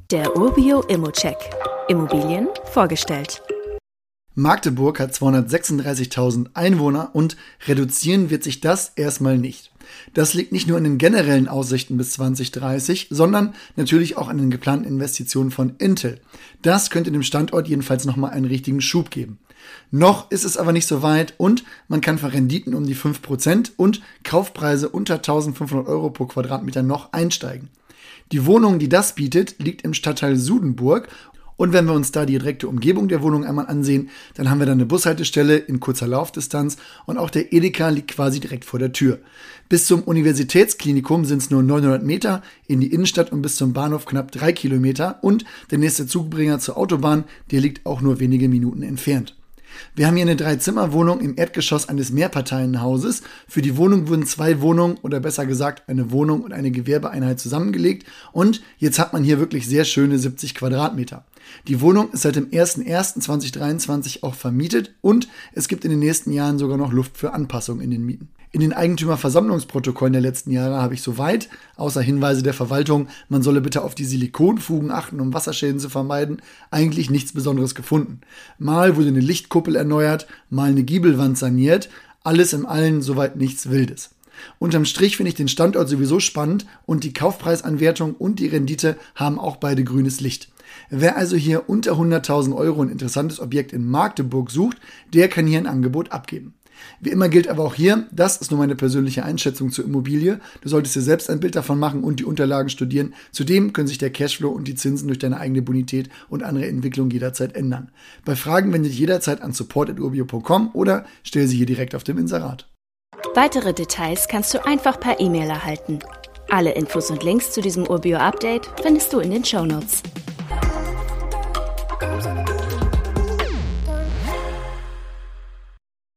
Der Urbio Immocheck. Immobilien vorgestellt. Magdeburg hat 236.000 Einwohner und reduzieren wird sich das erstmal nicht. Das liegt nicht nur an den generellen Aussichten bis 2030, sondern natürlich auch an den geplanten Investitionen von Intel. Das könnte dem Standort jedenfalls nochmal einen richtigen Schub geben. Noch ist es aber nicht so weit und man kann für Renditen um die 5% und Kaufpreise unter 1.500 Euro pro Quadratmeter noch einsteigen. Die Wohnung, die das bietet, liegt im Stadtteil Sudenburg. Und wenn wir uns da die direkte Umgebung der Wohnung einmal ansehen, dann haben wir da eine Bushaltestelle in kurzer Laufdistanz und auch der Edeka liegt quasi direkt vor der Tür. Bis zum Universitätsklinikum sind es nur 900 Meter, in die Innenstadt und bis zum Bahnhof knapp 3 Kilometer und der nächste Zugbringer zur Autobahn, der liegt auch nur wenige Minuten entfernt. Wir haben hier eine 3-Zimmer-Wohnung im Erdgeschoss eines Mehrparteienhauses. Für die Wohnung wurden 2 Wohnungen oder besser gesagt eine Wohnung und eine Gewerbeeinheit zusammengelegt und jetzt hat man hier wirklich sehr schöne 70 Quadratmeter. Die Wohnung ist seit dem 01.01.2023 auch vermietet und es gibt in den nächsten Jahren sogar noch Luft für Anpassungen in den Mieten. In den Eigentümerversammlungsprotokollen der letzten Jahre habe ich soweit, außer Hinweise der Verwaltung, man solle bitte auf die Silikonfugen achten, um Wasserschäden zu vermeiden, eigentlich nichts Besonderes gefunden. Mal wurde eine Lichtkuppel erneuert, mal eine Giebelwand saniert, alles im Allen soweit nichts Wildes. Unterm Strich finde ich den Standort sowieso spannend und die Kaufpreisanwertung und die Rendite haben auch beide grünes Licht. Wer also hier unter 100.000 Euro ein interessantes Objekt in Magdeburg sucht, der kann hier ein Angebot abgeben. Wie immer gilt aber auch hier, das ist nur meine persönliche Einschätzung zur Immobilie. Du solltest dir selbst ein Bild davon machen und die Unterlagen studieren. Zudem können sich der Cashflow und die Zinsen durch deine eigene Bonität und andere Entwicklung jederzeit ändern. Bei Fragen wende dich jederzeit an support@urbio.com oder stell sie hier direkt auf dem Inserat. Weitere Details kannst du einfach per E-Mail erhalten. Alle Infos und Links zu diesem Urbio-Update findest du in den Shownotes.